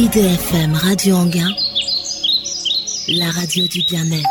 IDFM Radio Anguin, la radio du bien-être.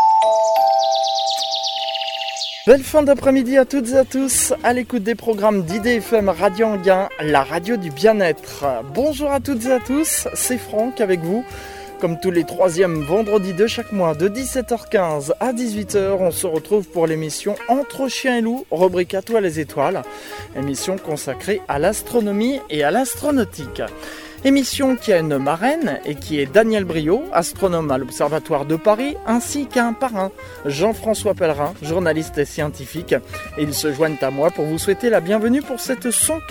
Belle fin d'après-midi à toutes et à tous, à l'écoute des programmes d'IDFM Radio Anguin, la radio du bien-être. Bonjour à toutes et à tous, c'est Franck avec vous. Comme tous les troisièmes vendredis de chaque mois, de 17h15 à 18h, on se retrouve pour l'émission Entre chiens et loups, rubrique à toi les étoiles, émission consacrée à l'astronomie et à l'astronautique. Émission qui a une marraine et qui est Daniel Briot, astronome à l'Observatoire de Paris, ainsi qu'un parrain, Jean-François Pellerin, journaliste et scientifique. Et ils se joignent à moi pour vous souhaiter la bienvenue pour cette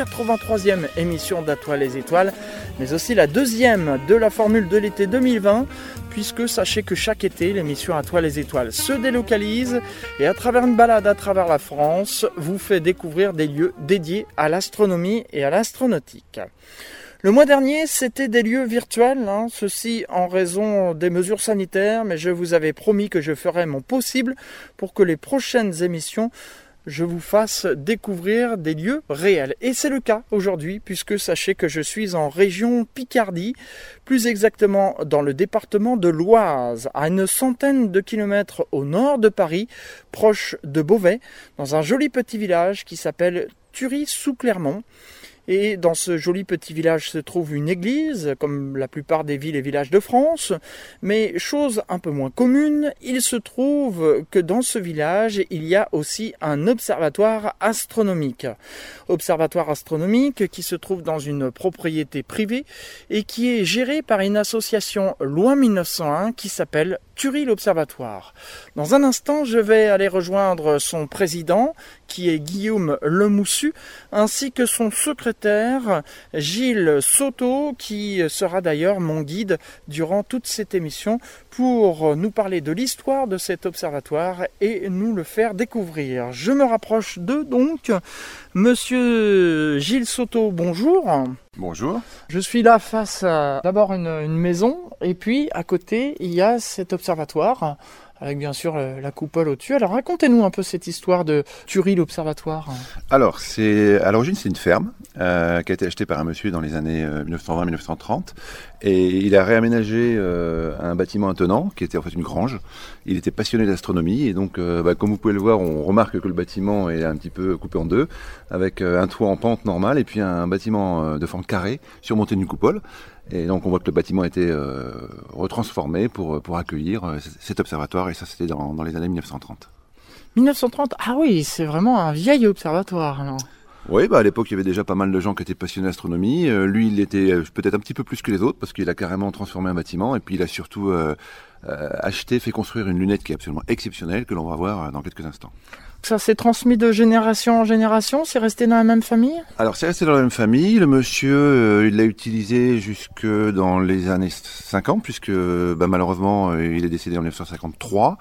183e émission d'À toi les étoiles, mais aussi la deuxième de la formule de l'été 2020, puisque sachez que chaque été, l'émission À toi les étoiles se délocalise et à travers une balade à travers la France, vous fait découvrir des lieux dédiés à l'astronomie et à l'astronautique. Le mois dernier, c'était des lieux virtuels, ceci en raison des mesures sanitaires, mais je vous avais promis que je ferais mon possible pour que les prochaines émissions, je vous fasse découvrir des lieux réels. Et c'est le cas aujourd'hui, puisque sachez que je suis en région Picardie, plus exactement dans le département de l'Oise, à une centaine de kilomètres au nord de Paris, proche de Beauvais, dans un joli petit village qui s'appelle Thury-sous-Clermont. Et dans ce joli petit village se trouve une église, comme la plupart des villes et villages de France. Mais chose un peu moins commune, il se trouve que dans ce village, il y a aussi un observatoire astronomique. Observatoire astronomique qui se trouve dans une propriété privée et qui est géré par une association Loi 1901 qui s'appelle Thury l'Observatoire. Dans un instant, je vais aller rejoindre son président, qui est Guillaume Lemoussu, ainsi que son secrétaire, Gilles Soto, qui sera d'ailleurs mon guide durant toute cette émission pour nous parler de l'histoire de cet observatoire et nous le faire découvrir. Je me rapproche d'eux donc. Monsieur Gilles Soto, bonjour. Bonjour. Je suis là face à d'abord une maison et puis à côté il y a cet observatoire avec bien sûr la coupole au-dessus. Alors racontez-nous un peu cette histoire de Thury l'Observatoire. Alors à l'origine c'est une ferme qui a été achetée par un monsieur dans les années 1920-1930 et il a réaménagé un bâtiment attenant qui était en fait une grange. Il était passionné d'astronomie et donc comme vous pouvez le voir, on remarque que le bâtiment est un petit peu coupé en deux avec un toit en pente normale et puis un bâtiment de forme carrée surmonté d'une coupole. Et donc on voit que le bâtiment a été retransformé pour accueillir cet observatoire et ça c'était dans les années 1930. 1930 ? Ah oui, c'est vraiment un vieil observatoire alors. Oui, à l'époque il y avait déjà pas mal de gens qui étaient passionnés d'astronomie. Lui il était peut-être un petit peu plus que les autres parce qu'il a carrément transformé un bâtiment et puis il a surtout fait construire une lunette qui est absolument exceptionnelle que l'on va voir dans quelques instants. Ça s'est transmis de génération en génération, c'est resté dans la même famille ? Alors c'est resté dans la même famille, le monsieur il l'a utilisé jusque dans les années 50 puisque malheureusement il est décédé en 1953.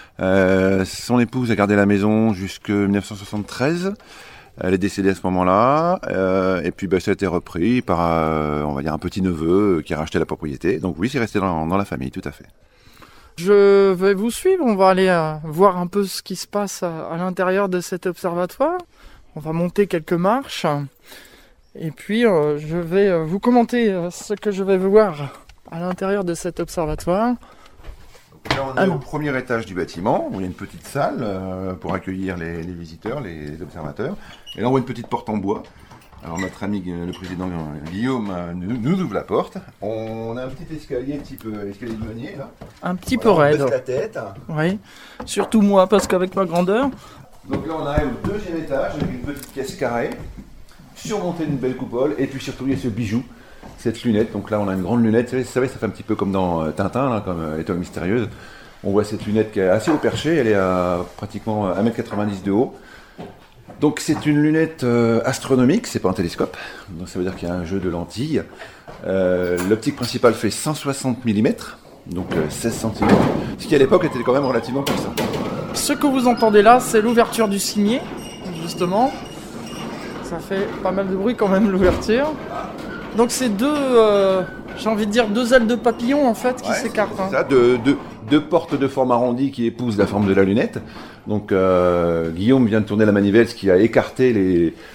Son épouse a gardé la maison jusque 1973. Elle est décédée à ce moment-là, et puis ça a été repris par, on va dire, un petit-neveu qui a racheté la propriété. Donc oui, c'est resté dans la famille, tout à fait. Je vais vous suivre, on va aller voir un peu ce qui se passe à l'intérieur de cet observatoire. On va monter quelques marches, et puis je vais vous commenter ce que je vais voir à l'intérieur de cet observatoire. Là, on est au premier étage du bâtiment, où il y a une petite salle pour accueillir les visiteurs, les observateurs. Et là, on voit une petite porte en bois. Alors, notre ami, le président Guillaume, nous ouvre la porte. On a un petit escalier, type escalier de meunier, là. Un petit peu raide. On baisse la tête. Oui, surtout moi, parce qu'avec ma grandeur. Donc là, on arrive au deuxième étage, avec une petite pièce carrée, surmontée d'une belle coupole, et puis surtout, il y a ce bijou. Cette lunette, donc là on a une grande lunette, vous savez ça fait un petit peu comme dans Tintin, là, comme Étoile mystérieuse. On voit cette lunette qui est assez haut perché, elle est à pratiquement 1m90 de haut. Donc c'est une lunette astronomique, c'est pas un télescope, donc ça veut dire qu'il y a un jeu de lentilles. L'optique principale fait 160 mm, donc 16 cm, ce qui à l'époque était quand même relativement puissant. Ce que vous entendez là, c'est l'ouverture du cimier, justement. Ça fait pas mal de bruit quand même l'ouverture. Donc c'est j'ai envie de dire deux ailes de papillon en fait qui s'écartent. C'est ça, deux portes de forme arrondie qui épousent la forme de la lunette. Donc Guillaume vient de tourner la manivelle, ce qui a écarté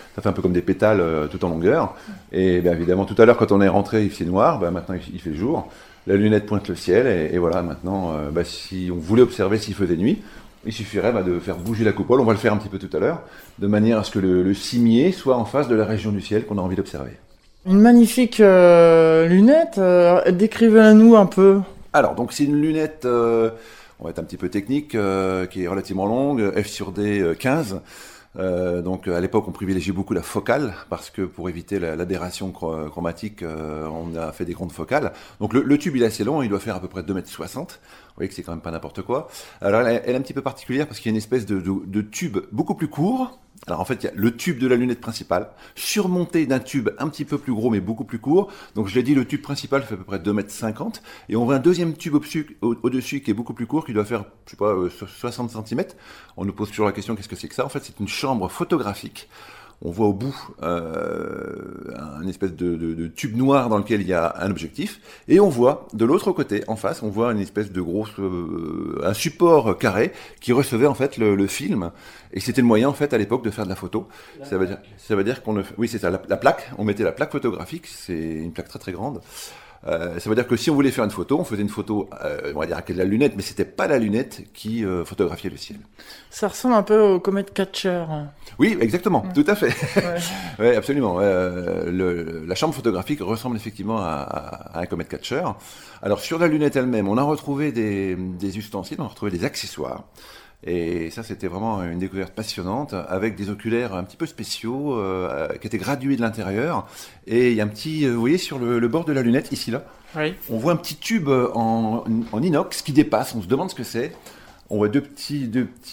Ça fait un peu comme des pétales tout en longueur. Et bien évidemment, tout à l'heure, quand on est rentré, il faisait noir. Maintenant, il fait jour. La lunette pointe le ciel. Et voilà, maintenant, si on voulait observer s'il faisait nuit, il suffirait de faire bouger la coupole. On va le faire un petit peu tout à l'heure, de manière à ce que le cimier soit en face de la région du ciel qu'on a envie d'observer. Une magnifique lunette. Décrivez-la-nous un peu. Alors, donc c'est une lunette, on va être un petit peu technique, qui est relativement longue, f sur d 15. Donc à l'époque, on privilégiait beaucoup la focale, parce que pour éviter l'aberration chromatique, on a fait des grandes focales. Donc le tube, il est assez long, il doit faire à peu près 2,60 m. Vous voyez que c'est quand même pas n'importe quoi. Alors elle est un petit peu particulière, parce qu'il y a une espèce de tube beaucoup plus court. Alors en fait, il y a le tube de la lunette principale, surmonté d'un tube un petit peu plus gros, mais beaucoup plus court. Donc je l'ai dit, le tube principal fait à peu près 2,50 m. Et on voit un deuxième tube au-dessus qui est beaucoup plus court, qui doit faire, je sais pas, 60 cm. On nous pose toujours la question, qu'est-ce que c'est que ça? En fait, c'est une chambre photographique. On voit au bout un espèce de tube noir dans lequel il y a un objectif. Et on voit, de l'autre côté, en face, on voit une espèce de un support carré qui recevait en fait le film. Et c'était le moyen, en fait, à l'époque, de faire de la photo. Ça veut dire oui, c'est ça, la plaque. On mettait la plaque photographique. C'est une plaque très très grande. Ça veut dire que si on voulait faire une photo, on faisait une photo, on va dire avec la lunette, mais c'était pas la lunette qui photographiait le ciel. Ça ressemble un peu au Comet Catcher. Oui, exactement, tout à fait. Ouais, absolument. La chambre photographique ressemble effectivement à un Comet Catcher. Alors sur la lunette elle-même, on a retrouvé des ustensiles, on a retrouvé des accessoires. Et ça, c'était vraiment une découverte passionnante, avec des oculaires un petit peu spéciaux, qui étaient gradués de l'intérieur. Et il y a un petit, vous voyez, sur le bord de la lunette, ici, là, oui. On voit un petit tube en inox qui dépasse, on se demande ce que c'est. On voit deux petits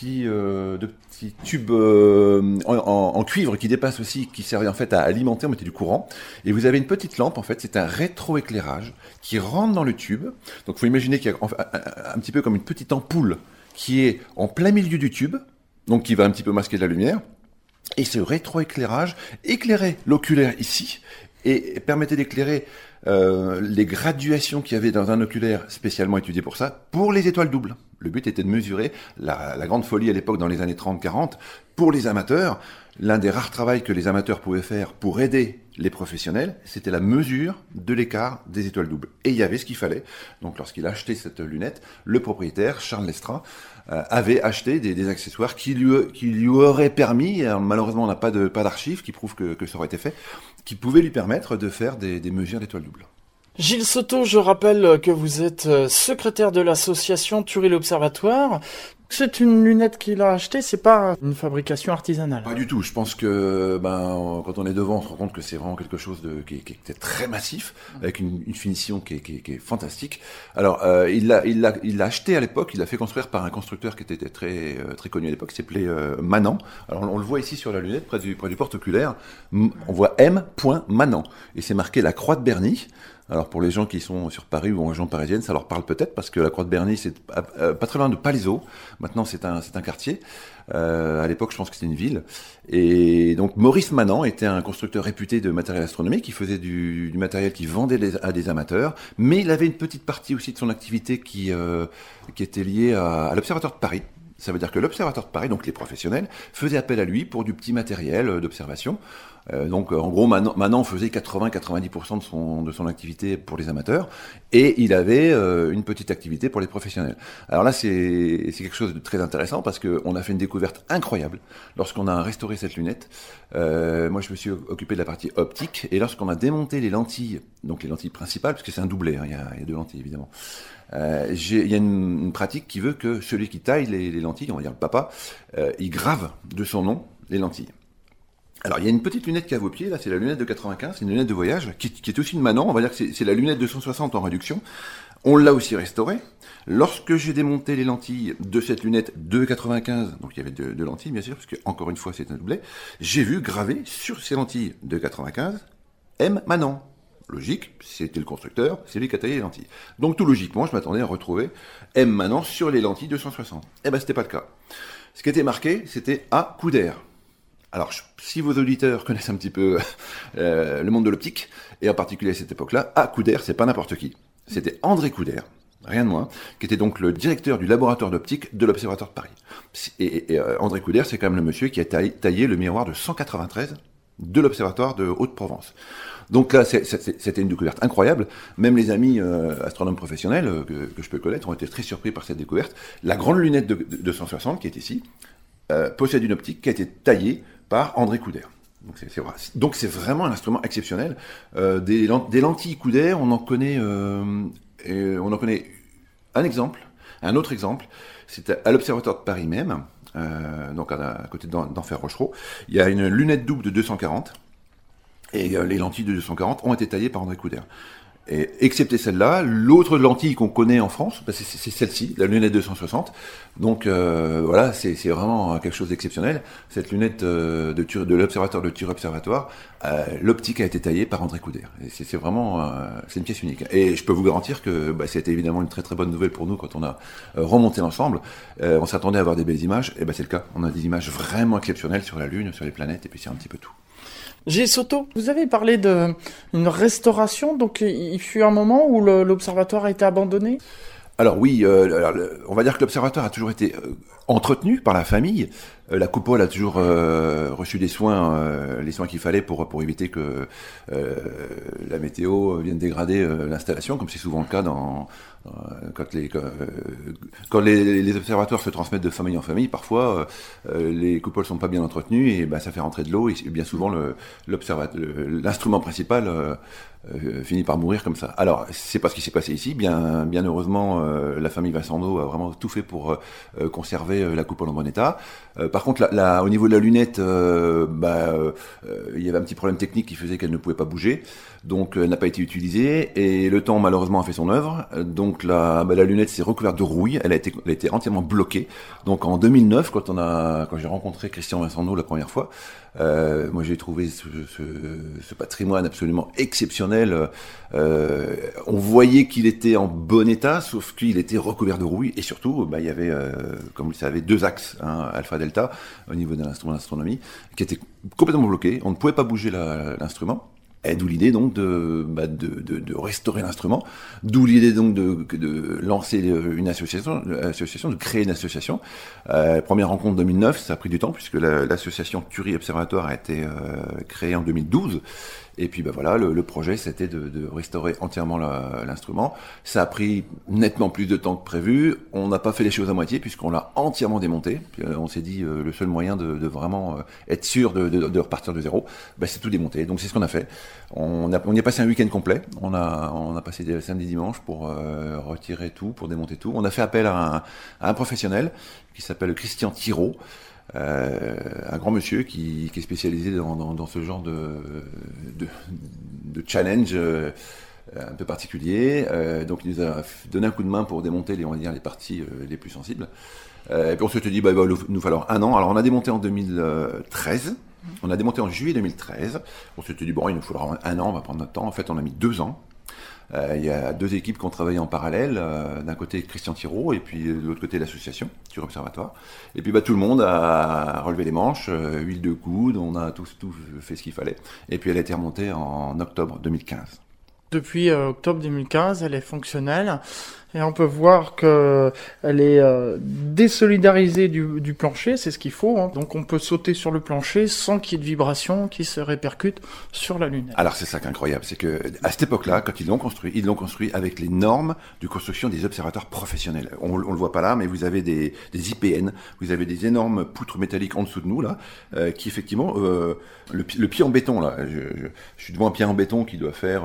tubes en cuivre qui dépassent aussi, qui servaient en fait à alimenter, on mettait du courant. Et vous avez une petite lampe, en fait, c'est un rétroéclairage qui rentre dans le tube. Donc il faut imaginer qu'il y a un petit peu comme une petite ampoule qui est en plein milieu du tube, donc qui va un petit peu masquer de la lumière, et ce rétroéclairage éclairait l'oculaire ici, et permettait d'éclairer les graduations qu'il y avait dans un oculaire spécialement étudié pour ça, pour les étoiles doubles. Le but était de mesurer la grande folie à l'époque, dans les années 30-40, pour les amateurs. L'un des rares travaux que les amateurs pouvaient faire pour aider les professionnels, c'était la mesure de l'écart des étoiles doubles. Et il y avait ce qu'il fallait. Donc lorsqu'il a acheté cette lunette, le propriétaire, Charles Lestra, avait acheté des accessoires qui lui auraient permis, malheureusement on n'a pas d'archives qui prouvent que ça aurait été fait, qui pouvaient lui permettre de faire des mesures d'étoiles doubles. Gilles Soto, je rappelle que vous êtes secrétaire de l'association Turile Observatoire. C'est une lunette qu'il a achetée, c'est pas une fabrication artisanale. Pas du tout. Je pense que quand on est devant, on se rend compte que c'est vraiment quelque chose qui est très massif, avec une finition qui est fantastique. Alors, il l'a acheté à l'époque, il l'a fait construire par un constructeur qui était très très connu à l'époque, qui s'appelait Manant. Alors, on le voit ici sur la lunette, près du porte-oculaire. On voit M. Manant. Et c'est marqué la Croix de Berny. Alors pour les gens qui sont sur Paris ou en région parisienne, ça leur parle peut-être parce que la Croix de Berny, c'est pas très loin de Palaiseau. Maintenant, c'est un quartier. À l'époque, je pense que c'était une ville. Et donc Maurice Manant était un constructeur réputé de matériel astronomique. Il faisait du matériel qu'il vendait à des amateurs, mais il avait une petite partie aussi de son activité qui était liée à l'Observatoire de Paris. Ça veut dire que l'Observatoire de Paris, donc les professionnels, faisaient appel à lui pour du petit matériel d'observation. Donc en gros, Manant faisait 80-90% de son activité pour les amateurs, et il avait une petite activité pour les professionnels. Alors là, c'est quelque chose de très intéressant, parce qu'on a fait une découverte incroyable lorsqu'on a restauré cette lunette. Moi, je me suis occupé de la partie optique, et lorsqu'on a démonté les lentilles, donc les lentilles principales, parce que c'est un doublet, il y a deux lentilles évidemment, il y a une pratique qui veut que celui qui taille les lentilles, on va dire le papa, il grave de son nom les lentilles. Alors, il y a une petite lunette qui a vos pieds, là, c'est la lunette de 95, c'est une lunette de voyage, qui est aussi une Manant, on va dire que c'est la lunette de 160 en réduction. On l'a aussi restaurée. Lorsque j'ai démonté les lentilles de cette lunette de 95, donc il y avait deux lentilles, bien sûr, parce que, encore une fois, c'est un doublet, j'ai vu gravé sur ces lentilles de 95, M. Manant. Logique, c'était le constructeur, c'est lui qui a taillé les lentilles. Donc, tout logiquement, je m'attendais à retrouver M. Manant sur les lentilles de 160. Eh ben, c'était pas le cas. Ce qui était marqué, c'était A. Couder. Alors, si vos auditeurs connaissent un petit peu le monde de l'optique, et en particulier à cette époque-là, A. Couder, c'est pas n'importe qui. C'était André Couder, rien de moins, qui était donc le directeur du laboratoire d'optique de l'Observatoire de Paris. Et André Couder, c'est quand même le monsieur qui a taillé le miroir de 193 de l'Observatoire de Haute-Provence. Donc là, c'était une découverte incroyable. Même les amis astronomes professionnels que je peux connaître ont été très surpris par cette découverte. La grande lunette de 260 qui est ici possède une optique qui a été taillée par André Couder. Donc c'est vraiment un instrument exceptionnel. Des lentilles Couder, on en connaît un autre exemple, c'est à l'Observatoire de Paris même, donc à côté d'Enfer Rochereau. Il y a une lunette double de 240. Et les lentilles de 240 ont été taillées par André Couder. Et excepté celle-là, l'autre lentille qu'on connaît en France, c'est celle-ci, la lunette 260. Donc voilà, c'est vraiment quelque chose d'exceptionnel. Cette lunette de l'observatoire de Tir Observatoire, l'optique a été taillée par André Couder. Et c'est vraiment c'est une pièce unique. Et je peux vous garantir que c'était évidemment une très très bonne nouvelle pour nous quand on a remonté l'ensemble. On s'attendait à avoir des belles images, et c'est le cas. On a des images vraiment exceptionnelles sur la Lune, sur les planètes, et puis c'est un petit peu tout. Gilles Soto, vous avez parlé d'une restauration, donc il fut un moment où l'observatoire a été abandonné ? Alors oui, on va dire que l'observatoire a toujours été entretenu par la famille. La coupole a toujours reçu des soins, les soins qu'il fallait pour éviter que la météo vienne dégrader l'installation, comme c'est souvent le cas quand les observatoires se transmettent de famille en famille. Parfois, les coupoles sont pas bien entretenues et ça fait rentrer de l'eau et bien souvent l'instrument principal finit par mourir comme ça. Alors, c'est pas ce qui s'est passé ici. Bien heureusement, la famille Vincendo a vraiment tout fait pour conserver la coupole en bon état. Par contre, au niveau de la lunette, il y avait un petit problème technique qui faisait qu'elle ne pouvait pas bouger. Donc, elle n'a pas été utilisée. Et le temps, malheureusement, a fait son œuvre. Donc, la lunette s'est recouverte de rouille. Elle a été entièrement bloquée. Donc, en 2009, quand j'ai rencontré Christian Vincendo la première fois, moi, j'ai trouvé ce patrimoine absolument exceptionnel. On voyait qu'il était en bon état, sauf qu'il était recouvert de rouille. Et surtout, il y avait, comme vous le savez, 2 axes, alpha-delta, au niveau de l'instrument d'astronomie, qui étaient complètement bloqués. On ne pouvait pas bouger l'instrument. Et d'où l'idée donc de restaurer l'instrument, d'où l'idée donc de lancer une association, de créer une association. Première rencontre 2009, ça a pris du temps puisque l'association Curie Observatoire a été créée en 2012. Et puis le projet c'était de restaurer entièrement l'instrument. Ça a pris nettement plus de temps que prévu. On n'a pas fait les choses à moitié puisqu'on l'a entièrement démonté. Puis, on s'est dit le seul moyen de vraiment être sûr de repartir de zéro, c'est tout démonter. Donc c'est ce qu'on a fait. On y a passé un week-end complet. On a passé des samedis dimanches pour retirer tout, pour démonter tout. On a fait appel à un professionnel qui s'appelle Christian Thiraud. Un grand monsieur qui est spécialisé dans ce genre de challenge un peu particulier. Donc il nous a donné un coup de main pour démonter les parties les plus sensibles. Et puis on s'était dit, il va nous falloir un an. Alors on a démonté en 2013. On a démonté en juillet 2013. On s'était dit, il nous faudra un an, on va prendre notre temps. En fait, on a mis 2 ans. Il y a 2 équipes qui ont travaillé en parallèle. D'un côté, Christian Thiraud, et puis de l'autre côté, l'association, Tir Observatoire. Et puis tout le monde a relevé les manches, huile de coude, on a tout fait ce qu'il fallait. Et puis elle a été remontée en octobre 2015. Depuis octobre 2015, elle est fonctionnelle. Et on peut voir qu'elle est désolidarisée du plancher, c'est ce qu'il faut. Donc on peut sauter sur le plancher sans qu'il y ait de vibrations qui se répercutent sur la lunette. Alors c'est ça qui est incroyable, c'est que à cette époque-là, quand ils l'ont construit avec les normes de construction des observatoires professionnels. On le voit pas là, mais vous avez des IPN, vous avez des énormes poutres métalliques en dessous de nous là, qui effectivement le pied en béton là. Je suis devant un pied en béton qui doit faire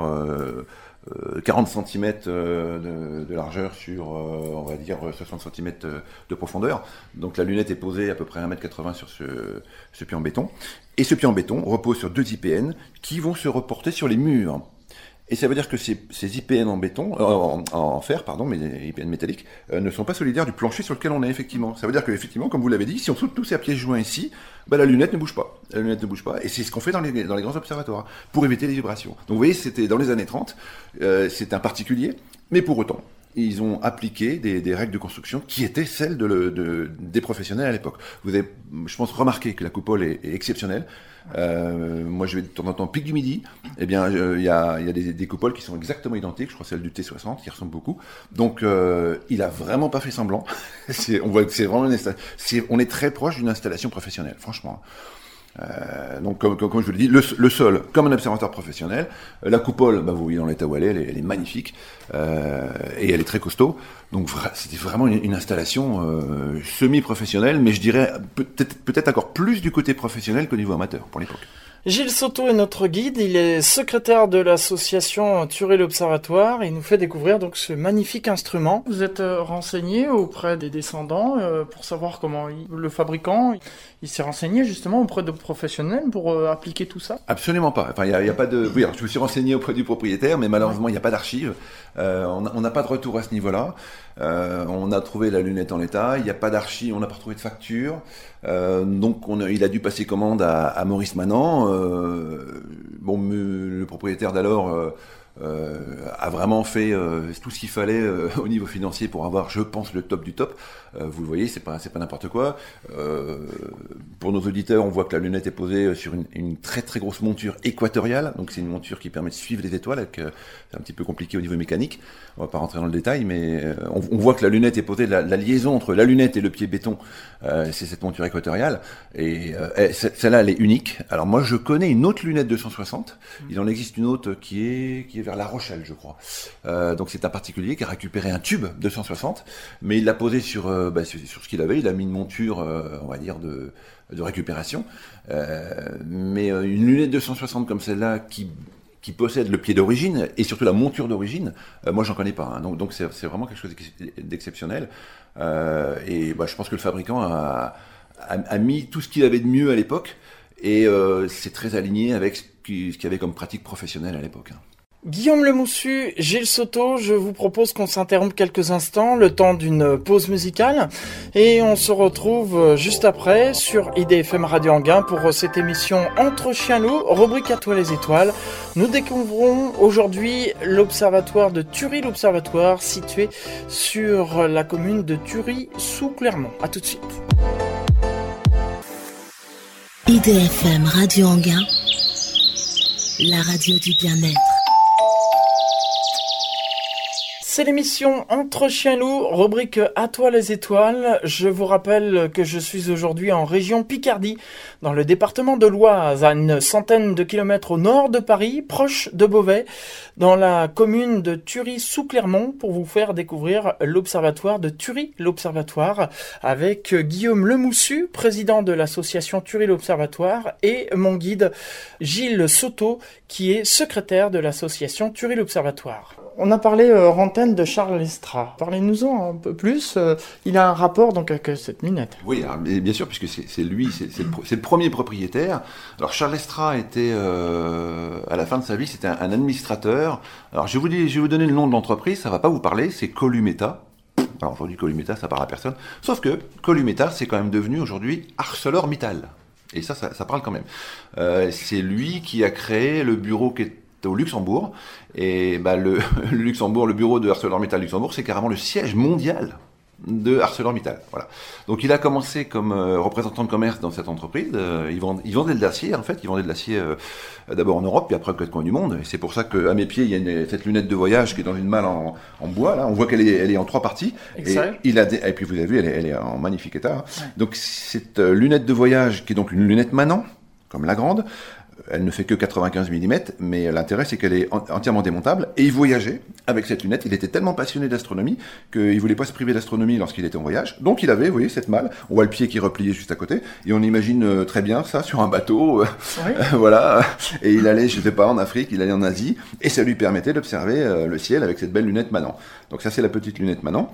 40 cm de largeur sur, on va dire, 60 cm de profondeur. Donc la lunette est posée à peu près 1,80 m sur ce pied en béton. Et ce pied en béton repose sur 2 IPN qui vont se reporter sur les murs. Et ça veut dire que ces IPN en béton, en fer, pardon, mais les IPN métalliques, ne sont pas solidaires du plancher sur lequel on est effectivement. Ça veut dire qu'effectivement, comme vous l'avez dit, si on saute tous ces pieds joints ici, la lunette ne bouge pas. La lunette ne bouge pas. Et c'est ce qu'on fait dans les grands observatoires, pour éviter les vibrations. Donc vous voyez, c'était dans les années 30, c'est un particulier, mais pour autant, ils ont appliqué des règles de construction qui étaient celles des professionnels à l'époque. Vous avez, je pense, remarqué que la coupole est exceptionnelle. Moi, je vais de temps en temps Pic du Midi. Eh bien, il y a des coupoles qui sont exactement identiques. Je crois celle du T60 qui ressemble beaucoup. Donc, il a vraiment pas fait semblant. On voit que c'est vraiment on est très proche d'une installation professionnelle, franchement. Donc, comme je vous l'ai dit, le sol, comme un observatoire professionnel. La coupole, vous voyez dans l'état où elle est magnifique. Et elle est très costaud. Donc, c'était vraiment une installation semi-professionnelle, mais je dirais peut-être encore plus du côté professionnel qu'au niveau amateur, pour l'époque. Gilles Soto est notre guide, il est secrétaire de l'association Tury l'Observatoire et il nous fait découvrir donc ce magnifique instrument. Vous êtes renseigné auprès des descendants pour savoir comment le fabricant il s'est renseigné justement auprès de professionnels pour appliquer tout ça? Absolument pas. Enfin, il y a pas de. Oui, alors, je me suis renseigné auprès du propriétaire, mais malheureusement il n'y a pas d'archives. On n'a pas de retour à ce niveau-là. On a trouvé la lunette en l'état, il n'y a pas d'archives, on n'a pas retrouvé de facture. Donc il a dû passer commande à Maurice Manant. Le propriétaire d'alors a vraiment fait tout ce qu'il fallait au niveau financier pour avoir, je pense, le top du top. Vous le voyez, c'est pas n'importe quoi. Pour nos auditeurs, on voit que la lunette est posée sur une très très grosse monture équatoriale. Donc c'est une monture qui permet de suivre les étoiles. C'est un petit peu compliqué au niveau mécanique. On va pas rentrer dans le détail, mais on voit que la lunette est posée. La liaison entre la lunette et le pied béton, c'est cette monture équatoriale. Et celle-là, elle est unique. Alors moi, je connais une autre lunette 260. Il en existe une autre qui est vers La Rochelle, je crois. Donc c'est un particulier qui a récupéré un tube 260, mais il l'a posé sur ce qu'il avait. Il a mis une monture, on va dire, de récupération. Mais une lunette 260 comme celle-là qui possède le pied d'origine et surtout la monture d'origine, moi j'en connais pas. Hein. Donc c'est vraiment quelque chose d'exceptionnel. Et je pense que le fabricant a mis tout ce qu'il avait de mieux à l'époque et c'est très aligné avec ce qu'il y avait comme pratique professionnelle à l'époque. Hein. Guillaume Lemoussu, Gilles Soto, je vous propose qu'on s'interrompe quelques instants, le temps d'une pause musicale, et on se retrouve juste après sur IDFM Radio Anguin pour cette émission Entre Chiens Loups, rubrique À toi les étoiles. Nous découvrons aujourd'hui l'observatoire de Tury l'Observatoire, situé sur la commune de Tury sous Clermont. À tout de suite. IDFM Radio Anguin, la radio du bien-être. C'est l'émission Entre Chiens Loups, rubrique À toi les étoiles. Je vous rappelle que je suis aujourd'hui en région Picardie, dans le département de l'Oise, à une centaine de kilomètres au nord de Paris, proche de Beauvais, dans la commune de Tury sous Clermont, pour vous faire découvrir l'observatoire de Tury l'Observatoire, avec Guillaume Lemoussu, président de l'association Tury l'Observatoire, et mon guide Gilles Soto, qui est secrétaire de l'association Tury l'Observatoire. On a parlé hors antenne de Charles Lestra. Parlez-nous-en un peu plus. Il a un rapport donc avec cette lunette. Oui, alors, bien sûr, puisque c'est lui, c'est le premier propriétaire. Alors Charles Lestra était, à la fin de sa vie, c'était un administrateur. Alors je vais vous donner le nom de l'entreprise, ça va pas vous parler, c'est Columeta. Alors aujourd'hui, Columeta, ça parle à personne. Sauf que Columeta, c'est quand même devenu aujourd'hui ArcelorMittal. Et ça parle quand même. C'est lui qui a créé le bureau qui est au Luxembourg, et le Luxembourg, le bureau de ArcelorMittal Luxembourg, c'est carrément le siège mondial de ArcelorMittal. Voilà. Donc il a commencé comme représentant de commerce dans cette entreprise. Il vendait de l'acier, en fait. Il vendait de l'acier d'abord en Europe, puis après aux 4 coins du monde. Et c'est pour ça qu'à mes pieds, il y a cette lunette de voyage qui est dans une malle en bois. Là, on voit qu'elle est en 3 parties. Et puis vous avez vu, elle est en magnifique état. Ouais. Donc cette lunette de voyage, qui est donc une lunette Manant, comme la grande. Elle ne fait que 95 mm, mais l'intérêt c'est qu'elle est entièrement démontable. Et il voyageait avec cette lunette. Il était tellement passionné d'astronomie qu'il ne voulait pas se priver d'astronomie lorsqu'il était en voyage. Donc il avait, vous voyez, cette malle. On voit le pied qui est replié juste à côté. Et on imagine très bien ça sur un bateau. Oui. Voilà. Et il allait, je ne sais pas, en Afrique, il allait en Asie. Et ça lui permettait d'observer le ciel avec cette belle lunette Manant. Donc ça c'est la petite lunette Manant.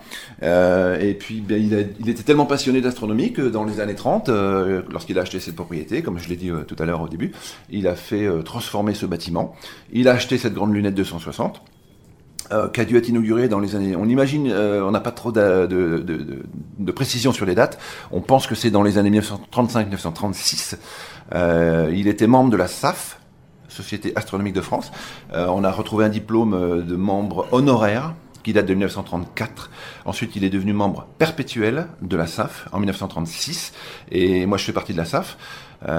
Et puis il était tellement passionné d'astronomie que dans les années 30, lorsqu'il a acheté cette propriété, comme je l'ai dit tout à l'heure au début, il a fait transformer ce bâtiment. Il a acheté cette grande lunette 260 qui a dû être inaugurée dans les années... On imagine, on n'a pas trop de précision sur les dates. On pense que c'est dans les années 1935-1936. Il était membre de la SAF, Société Astronomique de France. On a retrouvé un diplôme de membre honoraire qui date de 1934. Ensuite, il est devenu membre perpétuel de la SAF en 1936. Et moi, je fais partie de la SAF.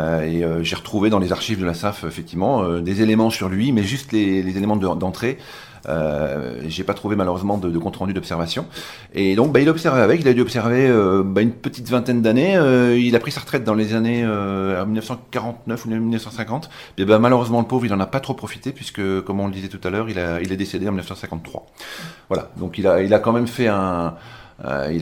J'ai retrouvé dans les archives de la SAF, effectivement, des éléments sur lui, mais juste les éléments d'entrée. J'ai pas trouvé malheureusement de compte rendu d'observation. Et donc il observait avec, il a dû observer une petite vingtaine d'années. Il a pris sa retraite dans les années 1949 ou 1950. Et malheureusement le pauvre il en a pas trop profité puisque comme on le disait tout à l'heure, il est décédé en 1953. Voilà, donc il a quand même fait il a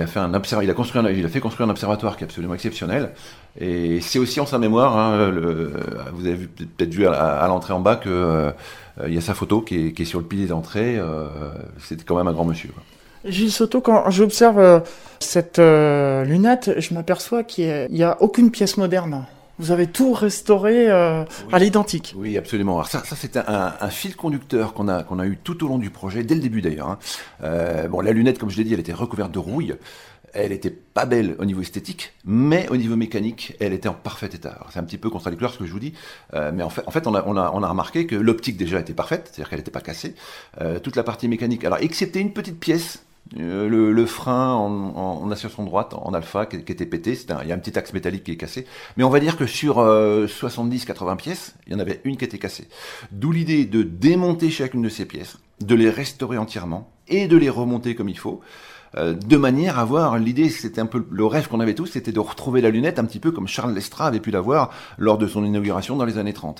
fait construire un observatoire qui est absolument exceptionnel. Et c'est aussi en sa mémoire, hein, vous avez peut-être vu à l'entrée en bas que il y a sa photo qui est sur le pilier d'entrée. C'était quand même un grand monsieur, quoi. Gilles Soto, quand j'observe cette lunette, je m'aperçois qu'il n'y a aucune pièce moderne. Vous avez tout restauré à l'identique. Oui, absolument. Alors ça c'est un fil conducteur qu'on a eu tout au long du projet, dès le début d'ailleurs. Hein. La lunette, comme je l'ai dit, elle était recouverte de rouille. Elle était pas belle au niveau esthétique, mais au niveau mécanique, elle était en parfait état. Alors, c'est un petit peu contradictoire ce que je vous dis, mais en fait, on a remarqué que l'optique déjà était parfaite, c'est-à-dire qu'elle n'était pas cassée. Toute la partie mécanique, alors excepté une petite pièce. Le frein en ascension droite, en alpha, qui était pété, il y a un petit axe métallique qui est cassé, mais on va dire que sur 70-80 pièces, il y en avait une qui était cassée. D'où l'idée de démonter chacune de ces pièces, de les restaurer entièrement, et de les remonter comme il faut, de manière à avoir, l'idée, c'était un peu le rêve qu'on avait tous, c'était de retrouver la lunette un petit peu comme Charles Lestra avait pu l'avoir lors de son inauguration dans les années 30.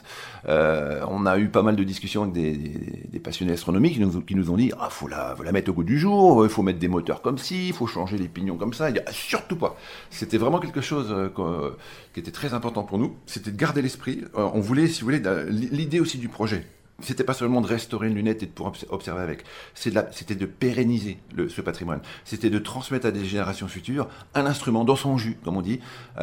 On a eu pas mal de discussions avec des passionnés d'astronomie qui nous ont dit « faut la mettre au goût du jour, il faut mettre des moteurs comme ci, il faut changer les pignons comme ça. » Il dit « surtout pas !» C'était vraiment quelque chose qui était très important pour nous, c'était de garder l'esprit. On voulait, si vous voulez, l'idée aussi du projet. C'était pas seulement de restaurer une lunette et de pouvoir observer avec. C'était de pérenniser ce patrimoine. C'était de transmettre à des générations futures un instrument dans son jus, comme on dit.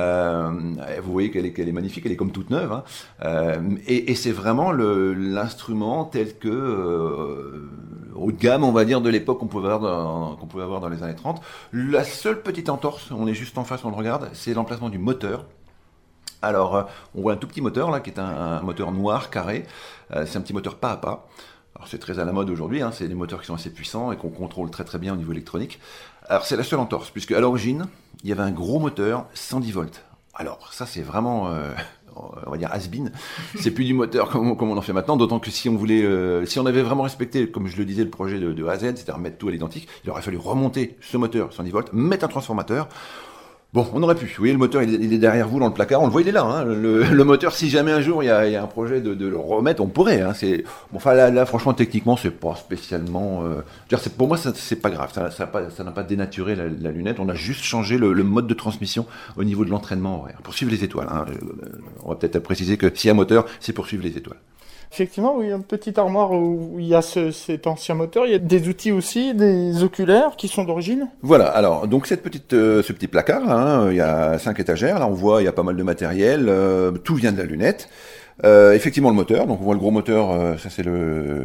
Vous voyez qu'elle est magnifique, elle est comme toute neuve. Hein. Et c'est vraiment l'instrument tel que haut de gamme, on va dire, de l'époque qu'on pouvait avoir dans les années 30. La seule petite entorse, on est juste en face, on le regarde, c'est l'emplacement du moteur. Alors, on voit un tout petit moteur là, qui est un moteur noir, carré. C'est un petit moteur pas à pas. Alors, c'est très à la mode aujourd'hui, hein, c'est des moteurs qui sont assez puissants et qu'on contrôle très très bien au niveau électronique. Alors, c'est la seule entorse, puisque à l'origine, il y avait un gros moteur 110 volts. Alors, ça, c'est vraiment, on va dire, has-been. C'est plus du moteur comme on en fait maintenant, d'autant que si on avait vraiment respecté, comme je le disais, le projet de A à Z, c'est-à-dire mettre tout à l'identique, il aurait fallu remonter ce moteur 110 volts, mettre un transformateur. Bon, on aurait pu. Vous voyez, le moteur, il est derrière vous dans le placard. On le voit, il est là. Hein. Le moteur, si jamais un jour il y a un projet de le remettre, on pourrait. Hein. Là, franchement, techniquement, c'est pas spécialement. Pour moi, c'est pas grave. Ça n'a pas dénaturé la lunette. On a juste changé le mode de transmission au niveau de l'entraînement horaire pour suivre les étoiles. Hein. On va peut-être préciser que s'il y a un moteur, c'est pour suivre les étoiles. Effectivement, oui, une petite armoire où il y a cet ancien moteur. Il y a des outils aussi, des oculaires qui sont d'origine. Voilà, alors, donc ce petit placard, hein, il y a 5 étagères. Là, on voit, il y a pas mal de matériel. Tout vient de la lunette. Effectivement, le moteur. Donc, on voit le gros moteur. Ça, c'est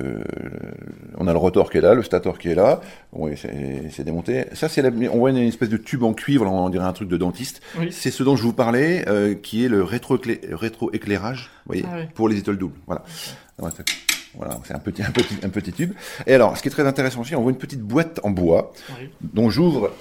on a le rotor qui est là, le stator qui est là. Oui, c'est démonté. Ça, on voit une espèce de tube en cuivre. Là, on dirait un truc de dentiste. Oui. C'est ce dont je vous parlais, qui est le rétroéclairage, vous voyez, pour les étoiles doubles. Voilà. Voilà, c'est un petit tube. Et alors, ce qui est très intéressant aussi, on voit une petite boîte en bois, dont j'ouvre.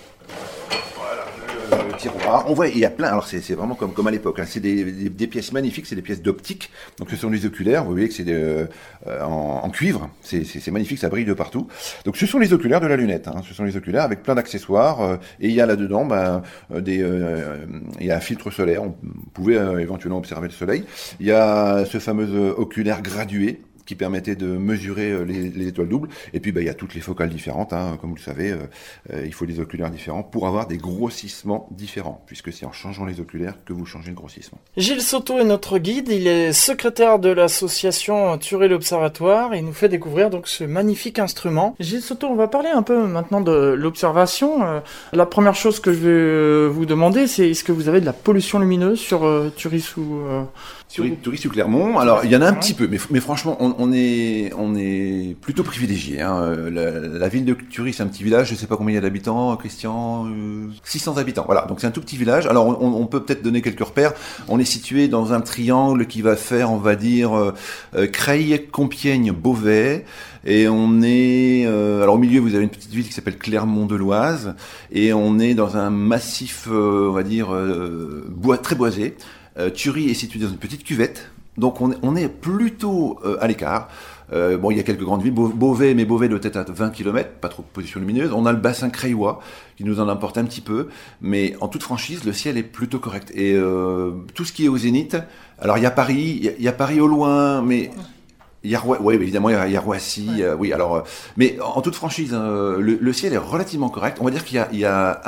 Le tiroir. On voit, il y a plein. Alors c'est vraiment comme à l'époque. Hein. C'est des pièces magnifiques, c'est des pièces d'optique. Donc ce sont les oculaires. Vous voyez que c'est en cuivre. C'est magnifique, ça brille de partout. Donc ce sont les oculaires de la lunette. Hein. Ce sont les oculaires avec plein d'accessoires. Et il y a là-dedans, il y a un filtre solaire. On pouvait éventuellement observer le soleil. Il y a ce fameux oculaire gradué qui permettait de mesurer les étoiles doubles. Et puis, il y a toutes les focales différentes. Hein. Comme vous le savez, il faut des oculaires différents pour avoir des grossissements différents, puisque c'est en changeant les oculaires que vous changez le grossissement. Gilles Soto est notre guide. Il est secrétaire de l'association Thury l'Observatoire et il nous fait découvrir donc ce magnifique instrument. Gilles Soto, on va parler un peu maintenant de l'observation. La première chose que je vais vous demander, c'est est-ce que vous avez de la pollution lumineuse sur Thury sous Clermont. Alors, il y en a un petit peu, mais franchement, on est plutôt privilégié. Hein. La ville de Thury, c'est un petit village, je ne sais pas combien il y a d'habitants, Christian, 600 habitants. Voilà, donc c'est un tout petit village. Alors, on peut peut-être donner quelques repères. On est situé dans un triangle qui va faire, on va dire, Creil, Compiègne, Beauvais. Et on est... alors au milieu, vous avez une petite ville qui s'appelle Clermont-de-Loise. Et on est dans un massif, on va dire, très boisé. Thury est situé dans une petite cuvette, donc on est plutôt à l'écart. Bon, il y a quelques grandes villes, Beauvais, mais Beauvais doit être à 20 km, pas trop de position lumineuse. On a le bassin crayois qui nous en importe un petit peu, mais en toute franchise, le ciel est plutôt correct. Et tout ce qui est au zénith, alors il y a Paris, il y a Paris au loin, mais il y a oui, évidemment, il y a Roissy, oui, alors, mais en toute franchise, le ciel est relativement correct. On va dire qu'il y a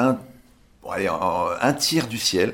un tiers du ciel,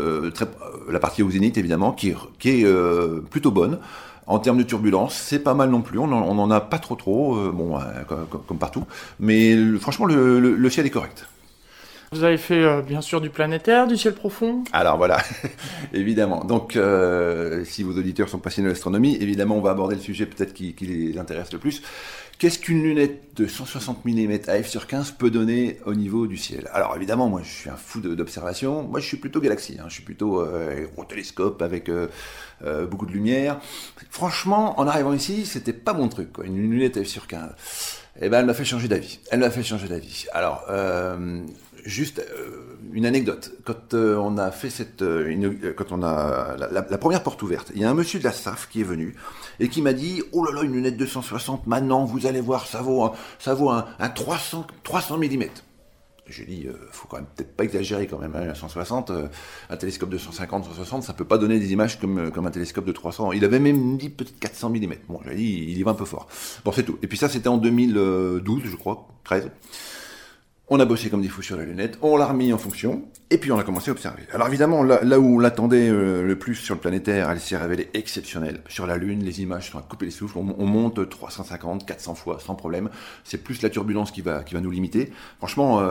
la partie au zénith évidemment, qui est plutôt bonne. En termes de turbulence, c'est pas mal non plus. On n'en a pas trop, comme partout. Mais franchement, le ciel est correct. Vous avez fait bien sûr du planétaire, du ciel profond. Alors voilà, évidemment. Donc, si vos auditeurs sont passionnés d'astronomie, évidemment, on va aborder le sujet peut-être qui les intéresse le plus. Qu'est-ce qu'une lunette de 160 mm à f/15 peut donner au niveau du ciel? Alors évidemment, moi je suis un fou d'observation. Moi je suis plutôt galaxie, je suis plutôt gros télescope avec beaucoup de lumière. Franchement, en arrivant ici, c'était pas mon truc, quoi. Une lunette à f/15. Eh ben, elle m'a fait changer d'avis. Alors, juste une anecdote. Quand on a fait quand on a la première porte ouverte, il y a un monsieur de la SAF qui est venu et qui m'a dit « Oh là là, une lunette 260, maintenant, vous allez voir, ça vaut un 300 mm. » J'ai dit, faut quand même peut-être pas exagérer quand même, hein, 160, un télescope de 150, 160, ça peut pas donner des images comme un télescope de 300. Il avait même dit peut-être 400 mm. Bon, j'ai dit, il y va un peu fort. Bon, c'est tout. Et puis ça, c'était en 2012, je crois, 13. On a bossé comme des fous sur la lunette, on l'a remis en fonction, et puis on a commencé à observer. Alors évidemment, là où on l'attendait le plus sur le planétaire, elle s'est révélée exceptionnelle. Sur la Lune, les images sont à couper les souffles, on monte 350, 400 fois sans problème. C'est plus la turbulence qui va nous limiter. Franchement,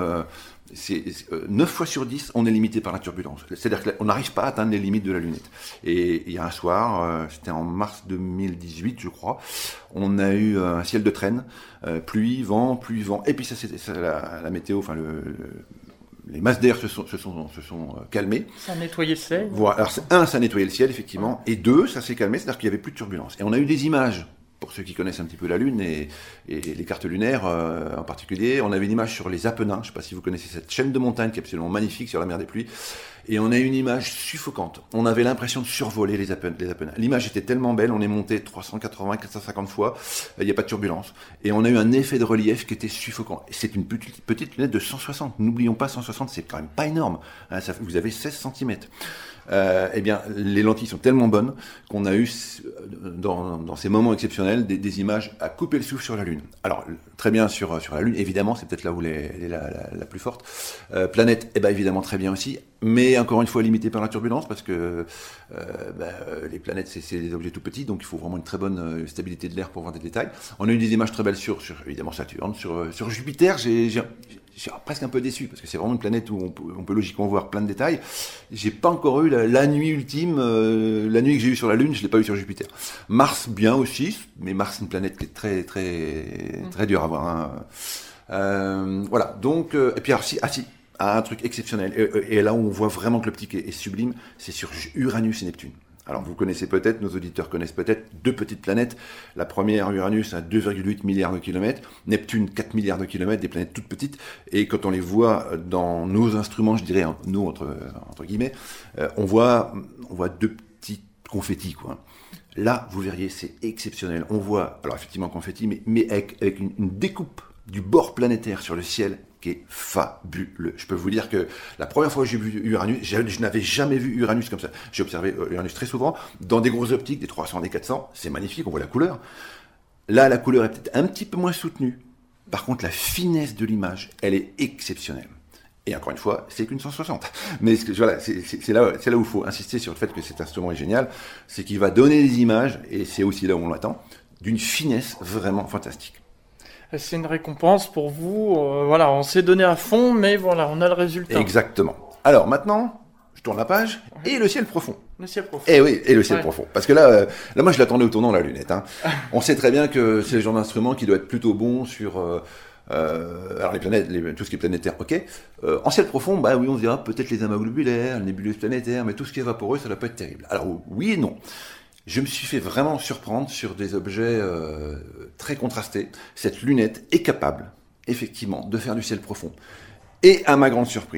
9 fois sur 10, on est limité par la turbulence. C'est-à-dire qu'on n'arrive pas à atteindre les limites de la lunette. Et il y a un soir, c'était en mars 2018, je crois, on a eu un ciel de traîne, pluie, vent, et puis ça la météo, enfin les masses d'air se sont calmées. Ça a nettoyé le ciel. Voilà. Alors, ça a nettoyé le ciel, effectivement, et 2, ça s'est calmé, c'est-à-dire qu'il n'y avait plus de turbulence. Et on a eu des images. Pour ceux qui connaissent un petit peu la Lune et les cartes lunaires en particulier, on avait une image sur les Apennins. Je ne sais pas si vous connaissez cette chaîne de montagnes qui est absolument magnifique sur la mer des Pluies. Et on a eu une image suffocante. On avait l'impression de survoler les Apennins. L'image était tellement belle, on est monté 380, 450 fois, il n'y a pas de turbulence. Et on a eu un effet de relief qui était suffocant. C'est une petite lunette de 160. N'oublions pas, 160, c'est quand même pas énorme. Vous avez 16 cm. Eh bien, les lentilles sont tellement bonnes qu'on a eu, dans ces moments exceptionnels, des images à couper le souffle sur la Lune. Alors, très bien sur la Lune, évidemment, c'est peut-être là où elle est la plus forte. Planète, eh ben, évidemment, très bien aussi, mais encore une fois limitée par la turbulence, parce que les planètes, c'est des objets tout petits, donc il faut vraiment une très bonne stabilité de l'air pour voir des détails. On a eu des images très belles sur évidemment, Saturne, sur Jupiter. Je suis presque un peu déçu, parce que c'est vraiment une planète où on peut logiquement voir plein de détails. J'ai pas encore eu la nuit ultime, la nuit que j'ai eue sur la Lune, je l'ai pas eu sur Jupiter. Mars, bien aussi, mais Mars, c'est une planète qui est très, très, très dure à voir. Voilà, donc, et puis un truc exceptionnel, et là où on voit vraiment que l'optique est sublime, c'est sur Uranus et Neptune. Alors vous connaissez peut-être, nos auditeurs connaissent peut-être deux petites planètes. La première, Uranus, à 2,8 milliards de kilomètres. Neptune, 4 milliards de kilomètres, des planètes toutes petites. Et quand on les voit dans nos instruments, je dirais, nous, entre guillemets, on voit deux petits confettis, quoi. Là, vous verriez, c'est exceptionnel. On voit, alors effectivement confetti, mais avec une découpe du bord planétaire sur le ciel qui est fabuleux. Je peux vous dire que la première fois que j'ai vu Uranus, je n'avais jamais vu Uranus comme ça. J'ai observé Uranus très souvent, dans des grosses optiques, des 300, des 400, c'est magnifique, on voit la couleur. Là, la couleur est peut-être un petit peu moins soutenue. Par contre, la finesse de l'image, elle est exceptionnelle. Et encore une fois, c'est qu'une 160. Mais voilà, c'est là où il faut insister sur le fait que cet instrument est génial, c'est qu'il va donner des images, et c'est aussi là où on l'attend, d'une finesse vraiment fantastique. C'est une récompense pour vous. Voilà, on s'est donné à fond, mais voilà, on a le résultat. Exactement. Alors maintenant, je tourne la page, et le ciel profond. Le ciel profond. Eh oui, et le ciel profond. Parce que là, moi, je l'attendais au tournant de la lunette. On sait très bien que c'est le genre d'instrument qui doit être plutôt bon sur... alors les planètes, tout ce qui est planétaire, ok. En ciel profond, bah oui, on se dira peut-être les amas globulaires, les nébuleuses planétaires, mais tout ce qui est vaporeux, ça doit pas être terrible. Alors oui et non. Je me suis fait vraiment surprendre sur des objets très contrastés. Cette lunette est capable, effectivement, de faire du ciel profond. Et à ma grande surprise,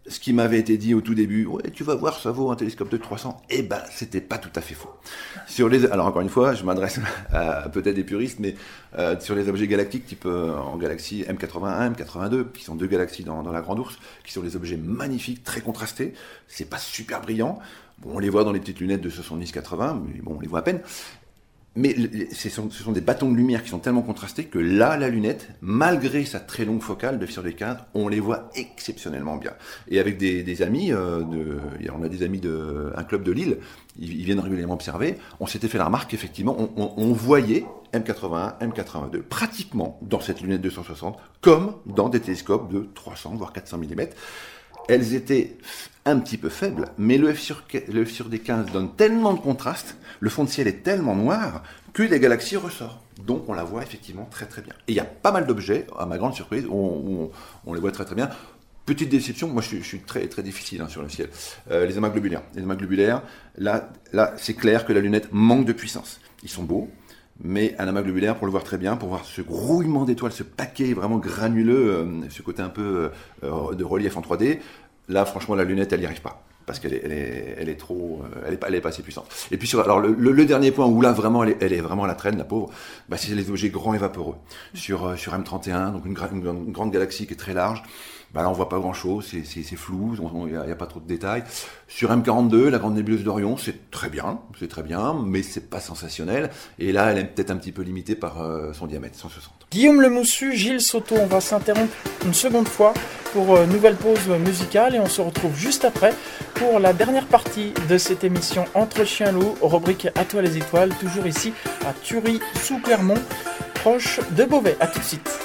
ce qui m'avait été dit au tout début, ouais, tu vas voir, ça vaut un télescope de 300, eh ben, c'était pas tout à fait faux. Alors encore une fois, je m'adresse à peut-être des puristes, mais sur les objets galactiques, type en galaxie M81, M82, qui sont deux galaxies dans la Grande Ourse, qui sont des objets magnifiques, très contrastés, c'est pas super brillant. Bon, on les voit dans les petites lunettes de 70-80, mais bon, on les voit à peine. Mais ce sont des bâtons de lumière qui sont tellement contrastés que là, la lunette, malgré sa très longue focale de f sur des 15, on les voit exceptionnellement bien. Et avec des amis, on a des amis d'un club de Lille, ils viennent régulièrement observer, on s'était fait la remarque qu'effectivement, on voyait M81, M82 pratiquement dans cette lunette 260, comme dans des télescopes de 300 voire 400 mm. Elles étaient un petit peu faibles, mais le F sur des 15 donne tellement de contraste, le fond de ciel est tellement noir, que les galaxies ressortent. Donc on la voit effectivement très très bien. Et il y a pas mal d'objets, à ma grande surprise, où on les voit très très bien. Petite déception, moi je suis très très difficile sur le ciel. Les amas globulaires. Les amas globulaires, là c'est clair que la lunette manque de puissance. Ils sont beaux, mais un amas globulaire, pour le voir très bien, pour voir ce grouillement d'étoiles, ce paquet vraiment granuleux, ce côté un peu de relief en 3D, là franchement la lunette elle n'y arrive pas. Parce qu'elle est trop, elle est pas assez puissante. Et puis alors le dernier point où là vraiment elle est vraiment à la traîne, la pauvre, bah c'est les objets grands et vaporeux. Sur M31, donc une grande galaxie qui est très large, bah là on voit pas grand chose, c'est flou, il y a pas trop de détails. Sur M42, la grande nébuleuse d'Orion, c'est très bien, mais c'est pas sensationnel. Et là elle est peut-être un petit peu limitée par son diamètre, 160. Guillaume Lemoussu, Gilles Soto, on va s'interrompre une seconde fois pour une nouvelle pause musicale et on se retrouve juste après pour la dernière partie de cette émission Entre Chiens et Loups, rubrique À toi les étoiles, toujours ici à Thury sous Clermont, proche de Beauvais. À tout de suite.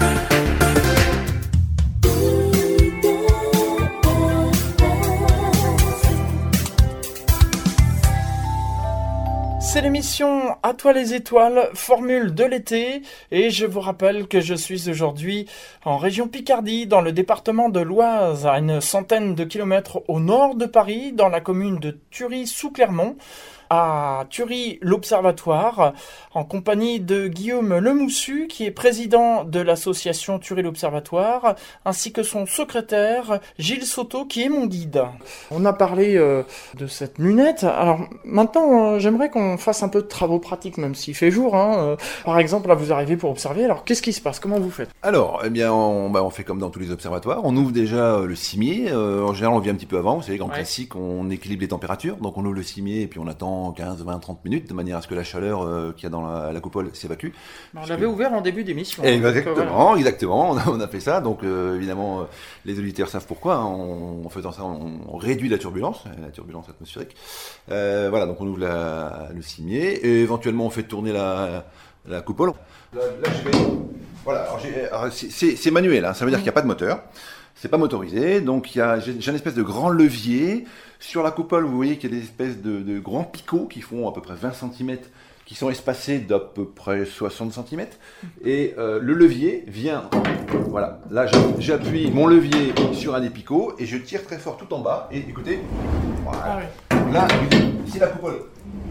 C'est l'émission À toi les étoiles, formule de l'été, et je vous rappelle que je suis aujourd'hui en région Picardie, dans le département de l'Oise, à une centaine de kilomètres au nord de Paris, dans la commune de Thury sous Clermont, à Thury l'Observatoire, en compagnie de Guillaume Lemoussu, qui est président de l'association Thury l'Observatoire, ainsi que son secrétaire Gilles Soto, qui est mon guide. On a parlé de cette lunette. Alors maintenant, j'aimerais qu'on fasse un peu de travaux pratiques, même s'il fait jour. Par exemple, là, vous arrivez pour observer. Alors, qu'est-ce qui se passe? Comment vous faites? Alors, eh bien, on fait comme dans tous les observatoires. On ouvre déjà le cimier. En général, on vient un petit peu avant. Vous savez, en classique, on équilibre les températures. Donc, on ouvre le cimier et puis on attend 15, 20, 30 minutes de manière à ce que la chaleur qu'il y a dans la coupole s'évacue. On l'avait ouvert en début d'émission. Exactement, exactement. On a fait ça. Donc, évidemment, les auditeurs savent pourquoi. En faisant ça, on réduit la turbulence atmosphérique. Voilà, donc on ouvre le cimier et éventuellement on fait tourner la coupole. Là, je vais. Voilà, alors c'est manuel, hein, ça veut dire qu'il n'y a pas de moteur. C'est pas motorisé, donc j'ai une espèce de grand levier. Sur la coupole, vous voyez qu'il y a des espèces de grands picots qui font à peu près 20 cm, qui sont espacés d'à peu près 60 cm. Et le levier vient, voilà, là j'appuie mon levier sur un des picots et je tire très fort tout en bas. Et écoutez, voilà. Là, c'est la coupole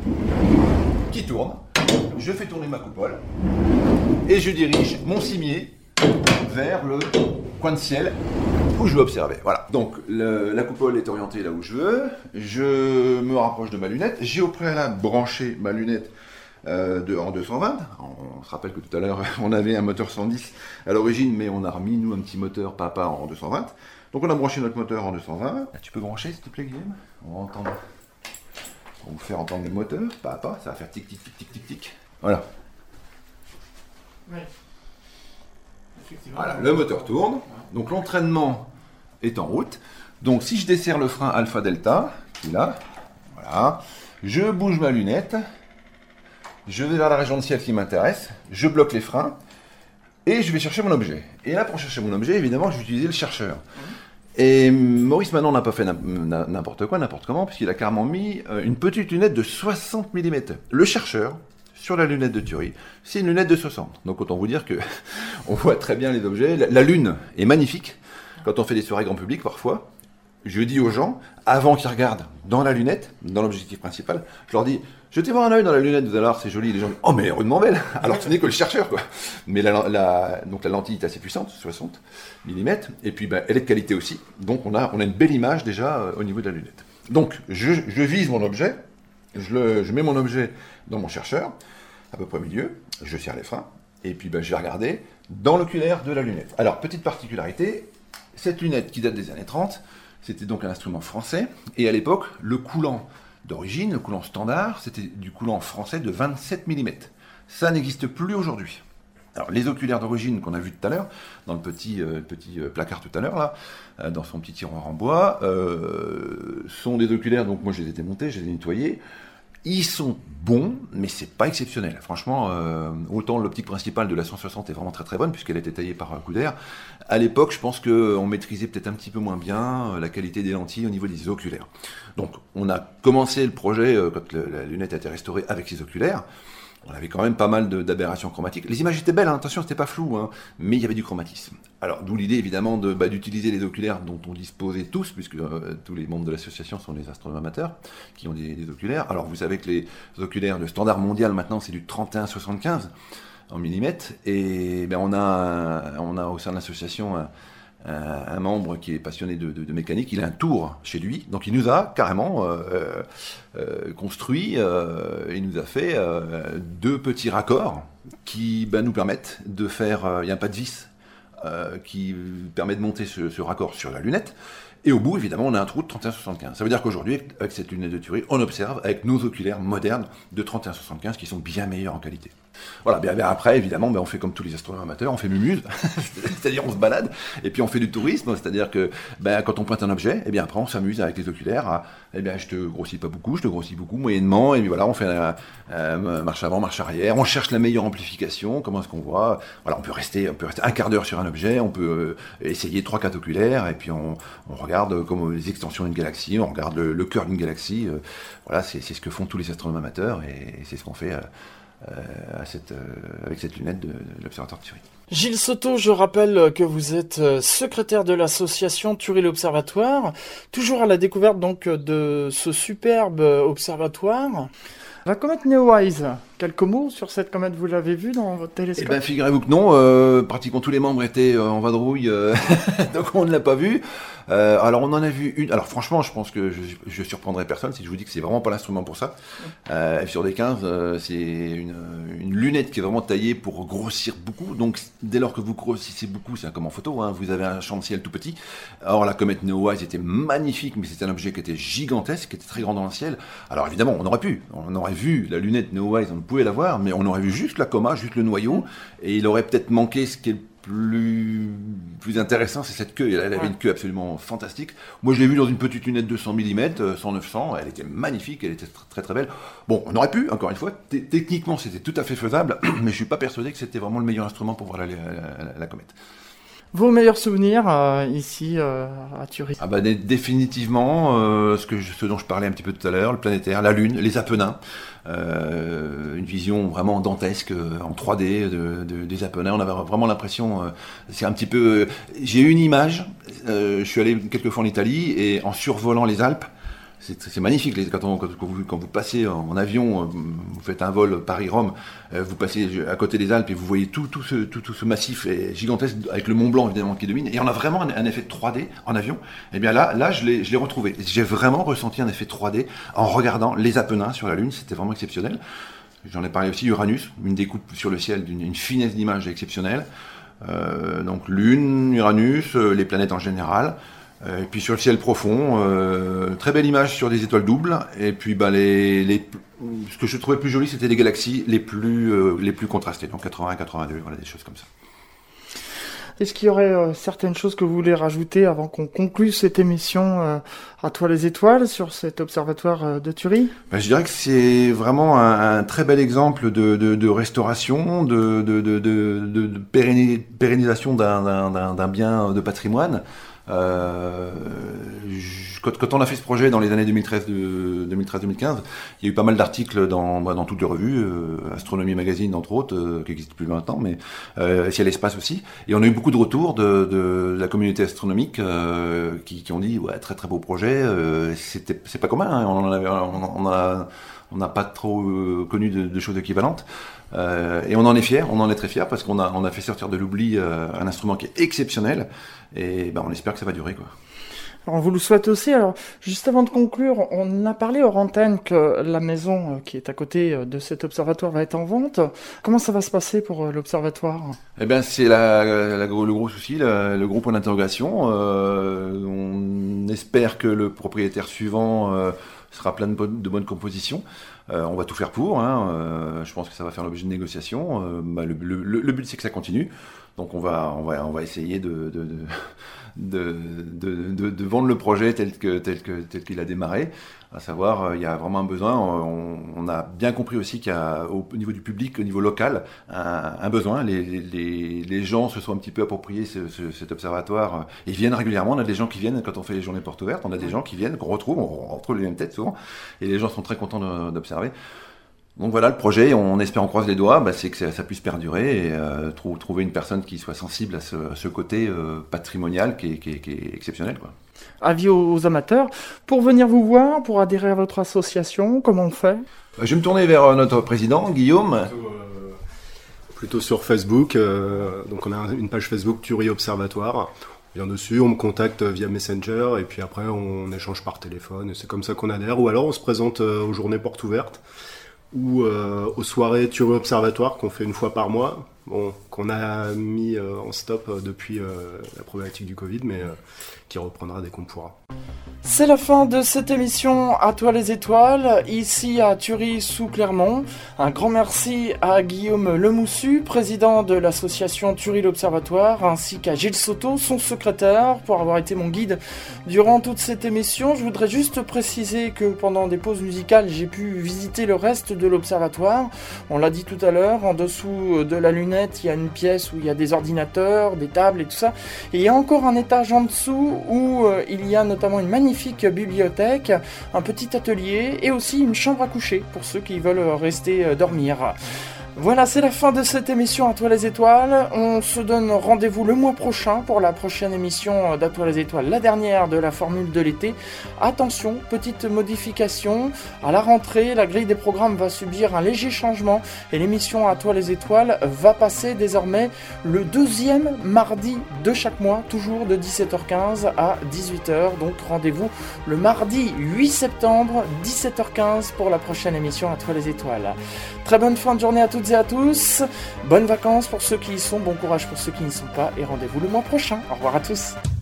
qui tourne. Je fais tourner ma coupole et je dirige mon cimier vers le coin de ciel où je veux observer. Voilà. Donc la coupole est orientée là où je veux. Je me rapproche de ma lunette. J'ai au préalable branché ma lunette en 220. On se rappelle que tout à l'heure on avait un moteur 110 à l'origine, mais on a remis nous un petit moteur papa en 220. Donc on a branché notre moteur en 220. Tu peux brancher s'il te plaît, Guillaume? On va entendre. On va vous faire entendre le moteur pas à pas. Ça va faire tic tic tic tic tic tic. Voilà. Oui. Voilà, le moteur tourne, donc l'entraînement est en route. Donc si je desserre le frein alpha delta, qui est là, voilà, je bouge ma lunette, je vais vers la région de ciel qui m'intéresse, je bloque les freins et je vais chercher mon objet. Et là, pour chercher mon objet, évidemment, je vais utiliser le chercheur. Et Maurice Manon n'a pas fait n'importe quoi, n'importe comment, puisqu'il a carrément mis une petite lunette de 60 mm. Le chercheur, sur la lunette de Thury, c'est une lunette de 60. Donc autant vous dire que on voit très bien les objets. La lune est magnifique. Quand on fait des soirées grand public, parfois, je dis aux gens, avant qu'ils regardent dans la lunette, dans l'objectif principal, je leur dis, jetez voir un œil dans la lunette, vous allez voir, c'est joli. Les gens disent, oh mais rudement belle. Alors ce n'est que le chercheur, quoi. Mais donc la lentille est assez puissante, 60 mm, et puis elle est de qualité aussi. Donc on a une belle image déjà au niveau de la lunette. Donc je vise mon objet, je mets mon objet dans mon chercheur, à peu près au milieu, je serre les freins, et puis je vais regarder dans l'oculaire de la lunette. Alors petite particularité, cette lunette qui date des années 30, c'était donc un instrument français, et à l'époque, le coulant d'origine, le coulant standard, c'était du coulant français de 27 mm. Ça n'existe plus aujourd'hui. Alors, les oculaires d'origine qu'on a vus tout à l'heure, dans le petit placard tout à l'heure, là, dans son petit tiroir en bois, sont des oculaires, donc moi je les ai démontés, je les ai nettoyés. Ils sont bons, mais c'est pas exceptionnel. Franchement, autant l'optique principale de la 160 est vraiment très très bonne, puisqu'elle a été taillée par Couder. À l'époque, je pense qu'on maîtrisait peut-être un petit peu moins bien la qualité des lentilles au niveau des oculaires. Donc, on a commencé le projet quand la lunette a été restaurée avec ces oculaires. On avait quand même pas mal d'aberrations chromatiques. Les images étaient belles, hein, attention, c'était pas flou, hein, mais il y avait du chromatisme. Alors, d'où l'idée, évidemment, d'utiliser les oculaires dont on disposait tous, puisque tous les membres de l'association sont des astronomes amateurs qui ont des oculaires. Alors, vous savez que les oculaires de standard mondial, maintenant, c'est du 31-75 en millimètres. Et on a au sein de l'association un membre qui est passionné de mécanique, il a un tour chez lui, donc il nous a carrément construit, il nous a fait 2 petits raccords qui nous permettent de faire, il y a un pas de vis qui permet de monter ce raccord sur la lunette, et au bout évidemment on a un trou de 31-75. Ça veut dire qu'aujourd'hui avec cette lunette de Thury, on observe avec nos oculaires modernes de 31-75 qui sont bien meilleurs en qualité. Voilà, bien après, évidemment, on fait comme tous les astronomes amateurs, on fait mumuse, c'est-à-dire on se balade, et puis on fait du tourisme, c'est-à-dire que quand on pointe un objet, après on s'amuse avec les oculaires, je te grossis pas beaucoup, je te grossis beaucoup, moyennement, et puis voilà, on fait marche avant, marche arrière, on cherche la meilleure amplification, comment est-ce qu'on voit, voilà, on peut rester un quart d'heure sur un objet, on peut essayer 3-4 oculaires, et puis on regarde comme les extensions d'une galaxie, on regarde le cœur d'une galaxie, voilà, c'est ce que font tous les astronomes amateurs, et c'est ce qu'on fait avec cette lunette de l'observatoire de Thury. Gilles Soto, je rappelle que vous êtes secrétaire de l'association Thury l'Observatoire, toujours à la découverte donc de ce superbe observatoire. La comète Neowise, quelques mots sur cette comète, vous l'avez vue dans votre télescope? Figurez-vous que non, pratiquement tous les membres étaient en vadrouille, donc on ne l'a pas vue. Alors on en a vu une, alors franchement je pense que je surprendrai personne si je vous dis que c'est vraiment pas l'instrument pour ça. F sur D15, c'est une lunette qui est vraiment taillée pour grossir beaucoup, donc dès lors que vous grossissez beaucoup, c'est comme en photo, hein, vous avez un champ de ciel tout petit. Or la comète Neowise était magnifique, mais c'était un objet qui était gigantesque, qui était très grand dans le ciel. Alors évidemment on aurait vu la lunette Neowise, on pouvait la voir, mais on aurait vu juste la coma, juste le noyau, et il aurait peut-être manqué ce qui est plus intéressant, c'est cette queue. Elle avait une queue absolument fantastique. Moi, je l'ai vue dans une petite lunette de 100 mm, 100-900. Elle était magnifique, elle était très très belle. Bon, on aurait pu, encore une fois, techniquement, c'était tout à fait faisable, mais je suis pas persuadé que c'était vraiment le meilleur instrument pour voir la comète. Vos meilleurs souvenirs ici à Thury? Définitivement, ce dont je parlais un petit peu tout à l'heure, le planétaire, la Lune, les Apennins, une vision vraiment dantesque en 3D des Apennins. On avait vraiment l'impression, c'est un petit peu. J'ai eu une image. Je suis allé quelques fois en Italie et en survolant les Alpes. C'est magnifique quand vous passez en avion, vous faites un vol Paris-Rome, vous passez à côté des Alpes et vous voyez tout ce massif gigantesque avec le Mont Blanc évidemment qui domine, et on a vraiment un effet de 3D en avion. Et bien là je l'ai retrouvé. J'ai vraiment ressenti un effet 3D en regardant les Apennins sur la Lune, c'était vraiment exceptionnel. J'en ai parlé aussi, Uranus, une découpe sur le ciel d'une finesse d'image exceptionnelle. Donc Lune, Uranus, les planètes en général. Et puis sur le ciel profond, très belle image sur des étoiles doubles. Et puis ce que je trouvais plus joli, c'était les galaxies les plus contrastées, donc 81, 82, voilà, des choses comme ça. Est-ce qu'il y aurait certaines choses que vous voulez rajouter avant qu'on conclue cette émission à Toi les étoiles sur cet observatoire de Thury? Je dirais que c'est vraiment un très bel exemple de restauration, de pérennisation d'un bien de patrimoine. Quand on a fait ce projet dans les années 2013-2015, il y a eu pas mal d'articles dans toutes les revues, Astronomie Magazine entre autres, qui existe depuis 20 ans, mais Ciel Espace aussi. Et on a eu beaucoup de retours de la communauté astronomique qui ont dit ouais, très très beau projet. C'est pas commun, hein, on n'a pas trop connu de choses équivalentes. Et on en est fiers, on en est très fiers parce qu'on a fait sortir de l'oubli un instrument qui est exceptionnel et on espère que ça va durer, quoi. Alors, on vous le souhaite aussi. Alors, juste avant de conclure, on a parlé hors antenne que la maison qui est à côté de cet observatoire va être en vente. Comment ça va se passer pour l'observatoire ? Eh bien, c'est le gros souci, le gros point d'interrogation. On espère que le propriétaire suivant sera plein de bonnes compositions. On va tout faire pour. Hein. Je pense que ça va faire l'objet de négociations. Le but, c'est que ça continue. Donc, on va essayer de vendre le projet tel qu'il a démarré. À savoir, il y a vraiment un besoin. On a bien compris aussi qu'il y a au niveau du public, au niveau local, un besoin. Les gens se sont un petit peu appropriés cet observatoire. Ils viennent régulièrement. On a des gens qui viennent quand on fait les journées portes ouvertes. On a des gens qui viennent, qu'on retrouve. On retrouve les mêmes têtes souvent. Et les gens sont très contents d'observer. Donc voilà, le projet, on espère, on croise les doigts, c'est que ça puisse perdurer et trouver une personne qui soit sensible à ce côté patrimonial qui est exceptionnel, quoi. Avis aux amateurs. Pour venir vous voir, pour adhérer à votre association, comment on fait ? Je vais me tourner vers notre président, Guillaume. Plutôt sur Facebook. Donc on a une page Facebook Thury Observatoire. On vient dessus, on me contacte via Messenger et puis après on échange par téléphone. Et c'est comme ça qu'on adhère. Ou alors on se présente aux journées portes ouvertes ou aux soirées Thury Observatoire qu'on fait une fois par mois, qu'on a mis en stop depuis la problématique du Covid, mais qui reprendra dès qu'on pourra. C'est la fin de cette émission À toi les étoiles, ici à Thury sous Clermont. Un grand merci à Guillaume Lemoussu, président de l'association Thury l'Observatoire, ainsi qu'à Gilles Soto, son secrétaire, pour avoir été mon guide durant toute cette émission. Je voudrais juste préciser que pendant des pauses musicales, j'ai pu visiter le reste de l'observatoire. On l'a dit tout à l'heure, en dessous de la lunette, il y a une pièce où il y a des ordinateurs, des tables et tout ça. Et il y a encore un étage en dessous où il y a notamment une magnifique bibliothèque, un petit atelier et aussi une chambre à coucher pour ceux qui veulent rester dormir. Voilà, c'est la fin de cette émission À toi les étoiles. On se donne rendez-vous le mois prochain pour la prochaine émission d'À toi les étoiles, la dernière de la formule de l'été. Attention, petite modification. À la rentrée, la grille des programmes va subir un léger changement et l'émission À toi les étoiles va passer désormais le deuxième mardi de chaque mois, toujours de 17h15 à 18h. Donc rendez-vous le mardi 8 septembre, 17h15 pour la prochaine émission À toi les étoiles. Très bonne fin de journée à toutes et à tous. Bonnes vacances pour ceux qui y sont, bon courage pour ceux qui n'y sont pas et rendez-vous le mois prochain. Au revoir à tous.